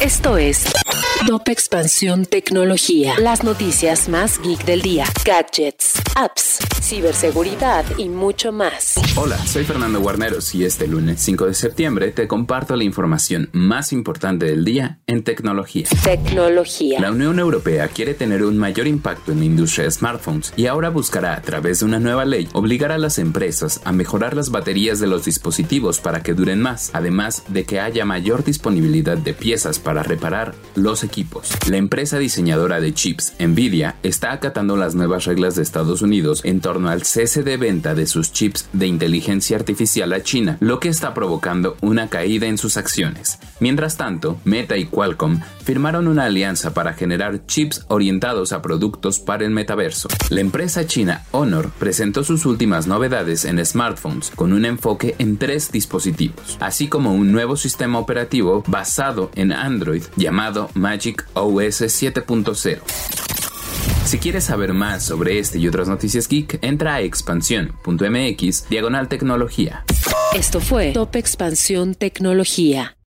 Esto es Top Expansión Tecnología. Las noticias más geek del día. Gadgets, apps, ciberseguridad y mucho más. Hola, soy Fernando Guarneros y este lunes 5 de septiembre te comparto la información más importante del día en tecnología. Tecnología. La Unión Europea quiere tener un mayor impacto en la industria de smartphones y ahora buscará a través de una nueva ley obligar a las empresas a mejorar las baterías de los dispositivos para que duren más, además de que haya mayor disponibilidad de piezas para reparar los equipos. La empresa diseñadora de chips, Nvidia, está acatando las nuevas reglas de Estados Unidos en torno al cese de venta de sus chips de inteligencia artificial a China, lo que está provocando una caída en sus acciones. Mientras tanto, Meta y Qualcomm firmaron una alianza para generar chips orientados a productos para el metaverso. La empresa china Honor presentó sus últimas novedades en smartphones con un enfoque en 3 dispositivos, así como un nuevo sistema operativo basado en Android llamado Magic OS 7.0. Si quieres saber más sobre este y otras noticias geek, entra a expansión.mx/tecnología. Esto fue Top Expansión Tecnología.